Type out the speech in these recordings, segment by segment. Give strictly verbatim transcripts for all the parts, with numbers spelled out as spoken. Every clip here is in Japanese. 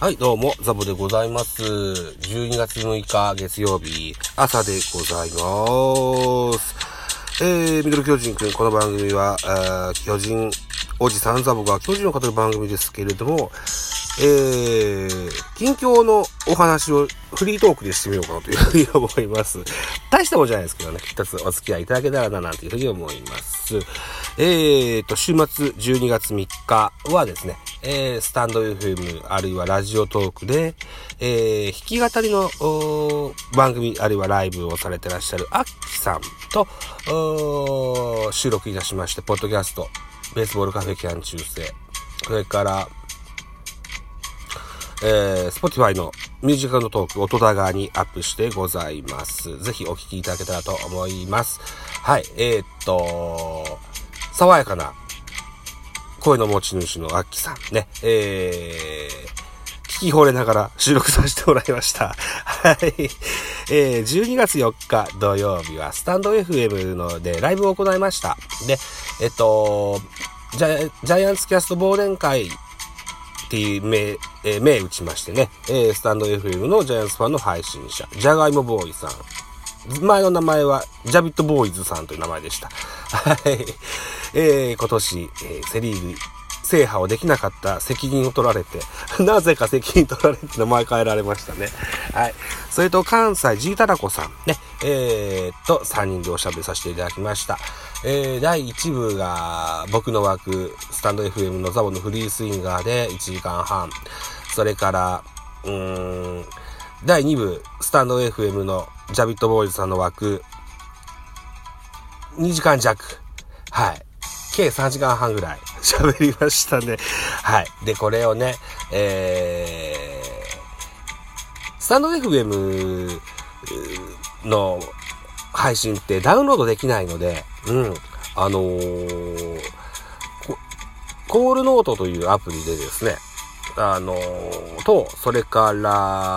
はい、どうも、ザボでございます。じゅうにがつむいか月曜日、朝でございます。えー、ミドル巨人くん、この番組は、巨人、おじさんザボが巨人を語る番組ですけれども、えー、近況のお話をフリートークでしてみようかなというふうに思います。大したもんじゃないですけどね、一つお付き合いいただけたらな、なんていうふうに思います。えーと、週末じゅうにがつみっかはですね、えー、スタンド エフエム あるいはラジオトークで、えー、弾き語りの番組あるいはライブをされてらっしゃるアッキさんと収録いたしまして、ポッドキャスト、ベースボールカフェキャン中世、それから、えー、Spotify のミュージカルのトーク、音高側にアップしてございます。ぜひお聞きいただけたらと思います。はい、えー、っと、爽やかな声の持ち主のアッキさんね、えー、聞き惚れながら収録させてもらいました。はい。えー、じゅうにがつよっか土曜日はスタンド エフエム のでライブを行いました。で、えっと、ジャ、ジャイアンツキャスト忘年会っていう名、えー、名打ちましてね、えー、スタンド エフエム のジャイアンツファンの配信者、ジャガイモボーイさん。前の名前はジャビットボーイズさんという名前でした。はい。えー、今年、えー、セリーグ制覇をできなかった責任を取られて、なぜか責任取られて名前変えられましたね。はい。それと関西ジータラコさんね、えー、っとさんにんでおしゃべりさせていただきました。えー、だいいち部が僕の枠スタンド エフエム のザボのフリースインガーでいちじかんはん、それからうーんだいに部スタンド エフエム のジャビットボーイズさんの枠にじかんじゃく、はい、計さんじかんはんぐらい喋りましたね。はい。で、これをね、えー、スタンド エフエム の配信ってダウンロードできないので、うん、あのー、コールノートというアプリでですね、あのー、と、それから、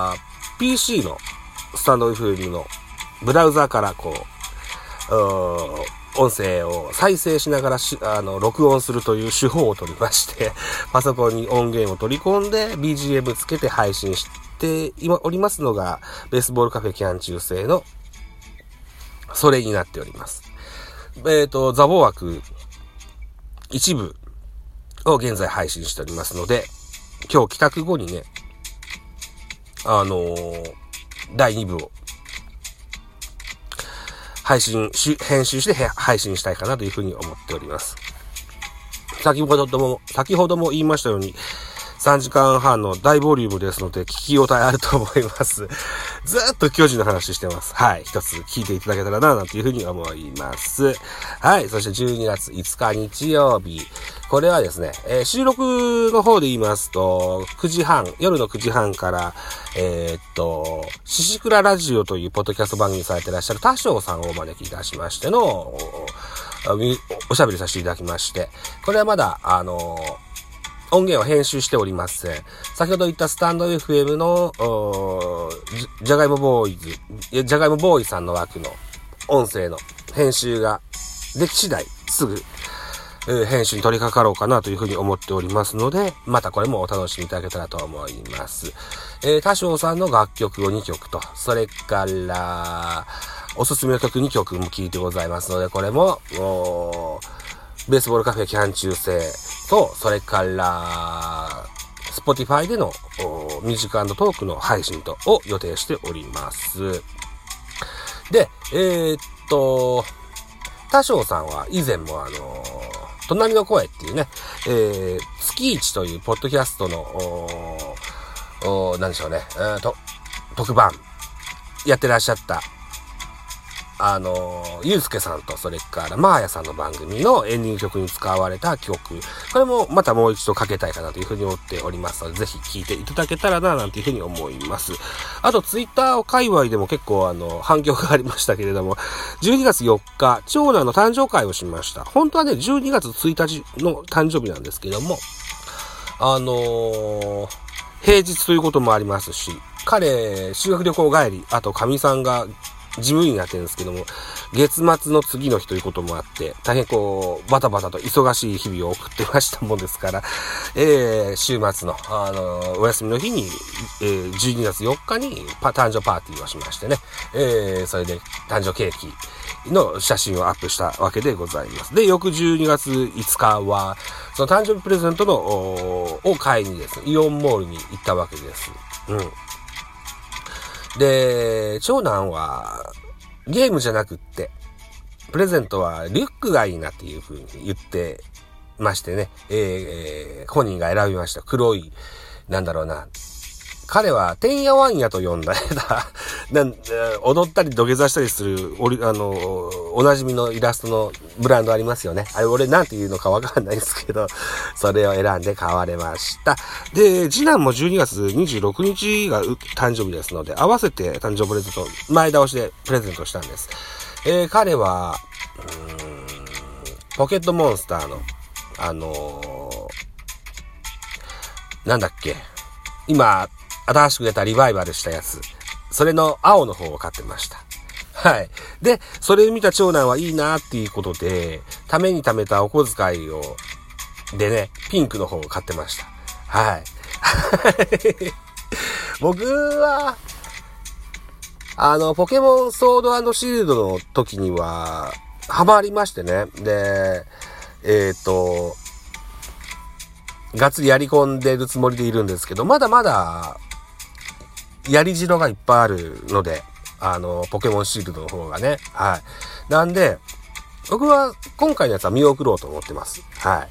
ピーシー のスタンド エフエム のブラウザからこう、う音声を再生しながらしあの録音するという手法を取りまして、パソコンに音源を取り込んで ビージーエム つけて配信して今おりますのがベースボールカフェキャン中世のそれになっております。えっとザボ枠一部を現在配信しておりますので、今日帰宅後にね、あのー、だいに部を配信し、編集して配信したいかなというふうに思っております。先ほども、先ほども言いましたように、さんじかんはんの大ボリュームですので、聞き応えあると思います。ずーっと巨人の話してます。はい。一つ聞いていただけたらな、なんていうふうに思います。はい。そしてじゅうにがついつか日曜日。これはですね、えー、収録の方で言いますと、くじはん、夜のくじはんから、えー、っと、シシクララジオというポッドキャスト番組されていらっしゃる多少さんをお招きいたしましての、お, おしゃべりさせていただきまして、これはまだ、あの、音源を編集しておりません。先ほど言ったスタンド エフエム の、ジャガイモボーイズ、ジャガイモボーイさんの枠の音声の編集ができ次第、すぐ、編集に取り掛かろうかなというふうに思っておりますので、またこれもお楽しみいただけたらと思います。えー、多少さんの楽曲をにきょくと、それから、おすすめの曲にきょくも聴いてございますので、これも、ベースボールカフェキャン中世と、それから、Spotify でのミュージック&トークの配信とを予定しております。で、えー、っと、多少さんは以前もあの、隣の声っていうね、えー、月一というポッドキャストの、おお何でしょうね、えー、と、特番やってらっしゃった、あの、ゆうすけさんと、それからマーヤさんの番組のエンディング曲に使われた曲、これもまたもう一度かけたいかなというふうに思っておりますので、ぜひ聴いていただけたらな、なんていうふうに思います。あと、ツイッター界隈でも結構あの、反響がありましたけれども、じゅうにがつよっか、長男の誕生会をしました。本当はね、じゅうにがつついたちの誕生日なんですけども、あのー、平日ということもありますし、彼、修学旅行帰り、あと、神さんが、事務員になってるんですけども、 月末の次の日ということもあって、大変こう、バタバタと忙しい日々を送ってましたもんですから、えー、週末の、あのー、お休みの日に、えー、じゅうにがつよっかにパ誕生パーティーをしましてね、えー、それで誕生ケーキの写真をアップしたわけでございます。で、翌じゅうにがついつかは、その誕生日プレゼントの、を買いにですね、イオンモールに行ったわけです。うん。で、長男は、ゲームじゃなくって、プレゼントはリュックがいいなっていう風に言ってましてね、えー、本人が選びました。黒い、なんだろうな。彼は、てんやわんやと呼んだ、なん踊ったり土下座したりする、おり、あの、おなじみのイラストのブランドありますよね。あれ、俺なんて言うのかわかんないですけど、それを選んで買われました。で、次男もじゅうにがつにじゅうろくにちが誕生日ですので、合わせて誕生日プレゼント、前倒しでプレゼントしたんです。えー、彼は、うーん、ポケットモンスターの、あのー、なんだっけ、今、新しく出たリバイバルしたやつ。それの青の方を買ってました。はい。で、それ見た長男はいいなっていうことで、ために貯めたお小遣いを、でね、ピンクの方を買ってました。はい。僕は、あの、ポケモンソード&シールドの時には、ハマりましてね。で、えっと、がっつりやり込んでるつもりでいるんですけど、まだまだ、やり汁がいっぱいあるので、あの、ポケモンシールドの方がね。はい。なんで、僕は今回のやつは見送ろうと思ってます。はい。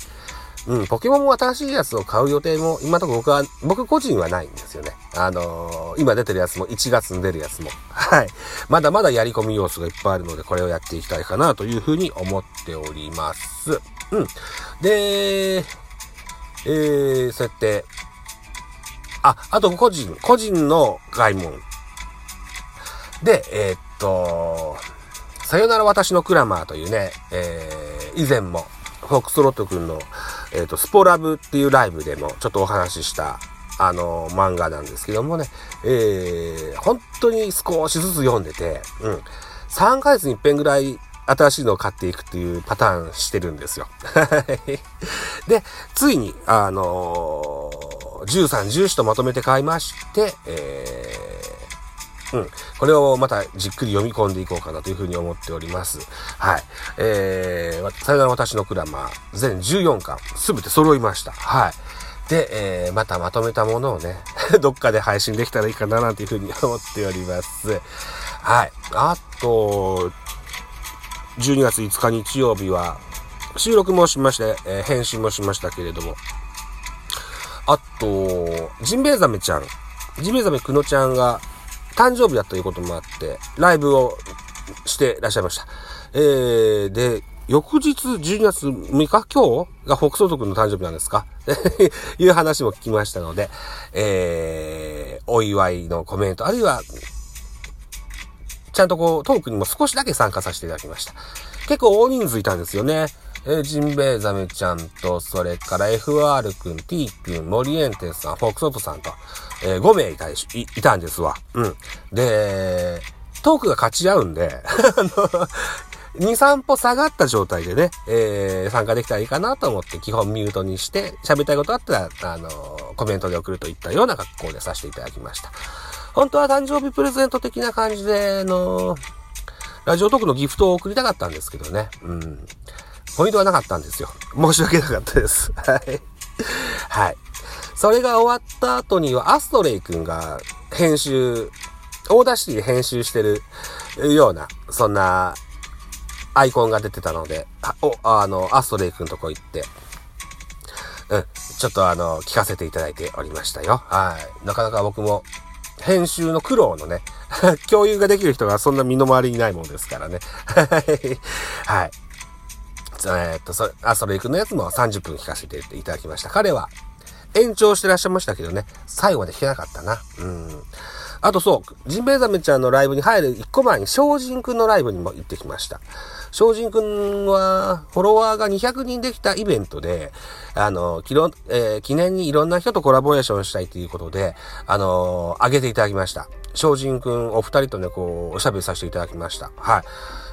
うん、ポケモンも新しいやつを買う予定も、今のところ僕は、僕個人はないんですよね。あのー、今出てるやつもいちがつに出るやつも。はい。まだまだやり込み要素がいっぱいあるので、これをやっていきたいかなというふうに思っております。うん。で、えー、そうやって、あ、あと個人、個人の買い物。で、えー、っと、さよなら私のクラマーというね、えー、以前も、フォックストロット君の、えー、っと、スポラブっていうライブでもちょっとお話しした、あの、漫画なんですけどもね、えー、本当に少しずつ読んでて、うん。さんかげつに一遍ぐらい新しいのを買っていくっていうパターンしてるんですよ。で、ついに、あのー、じゅうさん、じゅうよんとまとめて買いまして、えー、うん。これをまたじっくり読み込んでいこうかなというふうに思っております。はい。えー、さよなら私のクラマー、全じゅうよんかん、すべて揃いました。はい。で、えー、またまとめたものをね、どっかで配信できたらいいかななんていうふうに思っております。はい。あと、じゅうにがついつか日曜日は、収録もしまして、えー、編集もしましたけれども、あと、ジンベエザメちゃん、ジンベエザメくのちゃんが誕生日だということもあって、ライブをしてらっしゃいました。えー、で、翌日じゅうにがつむいか、今日が北総督の誕生日なんですかいう話も聞きましたので、えー、お祝いのコメント、あるいは、ちゃんとこう、トークにも少しだけ参加させていただきました。結構大人数いたんですよね。えー、ジンベエザメちゃんと、それから エフアール くん、T くん、モリエンテスさん、フォックソットさんと、えー、ごめいいたい、い、いたんですわ。うん。で、トークが勝ち合うんで、あの、に、さん歩下がった状態でね、えー、参加できたらいいかなと思って、基本ミュートにして、喋りたいことあったら、あの、コメントで送るといったような格好でさせていただきました。本当は誕生日プレゼント的な感じで、の、ラジオトークのギフトを送りたかったんですけどね。うん。ポイントはなかったんですよ。申し訳なかったです。はい。はい。それが終わった後には、アストレイ君が編集、オーダーシティで編集してるような、そんな、アイコンが出てたので、あ、お、あの、アストレイ君とこ行って、うん、ちょっとあの、聞かせていただいておりましたよ。はい。なかなか僕も、編集の苦労のね、共有ができる人がそんな身の回りにないもんですからね。はい。えー、っと、それ、アストレイ君のやつもさんじゅっぷん聞かせていただきました。彼は、延長してらっしゃいましたけどね、最後まで聞けなかったな。うん。あとそう、ジンベエザメちゃんのライブに入るいっこまえに、精進くんのライブにも行ってきました。精進くんは、フォロワーがにひゃくにんできたイベントで、あの、きろ、えー、記念にいろんな人とコラボレーションしたいということで、あのー、上げていただきました。精進くんお二人とね、こう、おしゃべりさせていただきました。はい。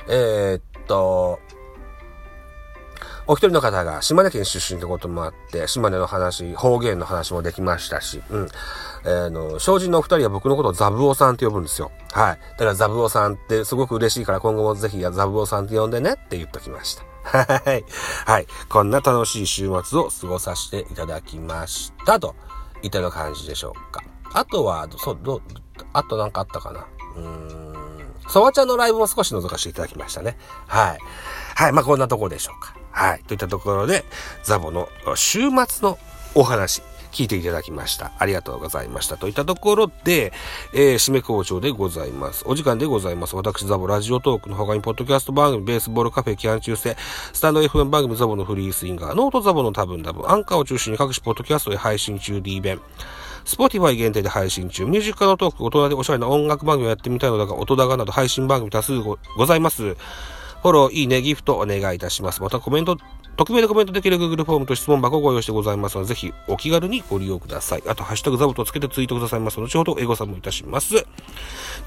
えー、っと、お一人の方が島根県出身ってこともあって、島根の話、方言の話もできましたし、うん。えー、の、精進のお二人は僕のことをザブオさんって呼ぶんですよ。はい。だからザブオさんってすごく嬉しいから今後もぜひザブオさんって呼んでねって言っときました。はい。はい。こんな楽しい週末を過ごさせていただきました。といったような感じでしょうか。あとは、そう、ど、あとなんかあったかな。うーん。ソワちゃんのライブも少し覗かせていただきましたね。はい。はい。まあ、こんなところでしょうか。はい。といったところで、ザボの週末のお話、聞いていただきました。ありがとうございました。といったところで、えー、締め工場でございます。お時間でございます。私、ザボラジオトークの他に、ポッドキャスト番組、ベースボールカフェ、キャン中世、スタンド エフエム 番組、ザボのフリースインガー、ノートザボの多分多分、アンカーを中心に各種ポッドキャストで配信中 D 弁、Spotify 限定で配信中、ミュージックのトーク、大人でおしゃれな音楽番組をやってみたいのだが、音高など配信番組多数 ご, ございます。フォロー、いいね、ギフトお願いいたします。またコメント、匿名でコメントできる Google フォームと質問箱をご用意してございますので、ぜひお気軽にご利用ください。あと、ハッシュタグザボとつけてツイートくださいますので、後ほどエゴさんもいたします。はい、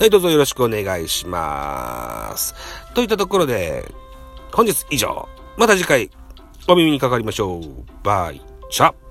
どうぞよろしくお願いします。といったところで、本日以上。また次回、お耳にかかりましょう。バイチャ。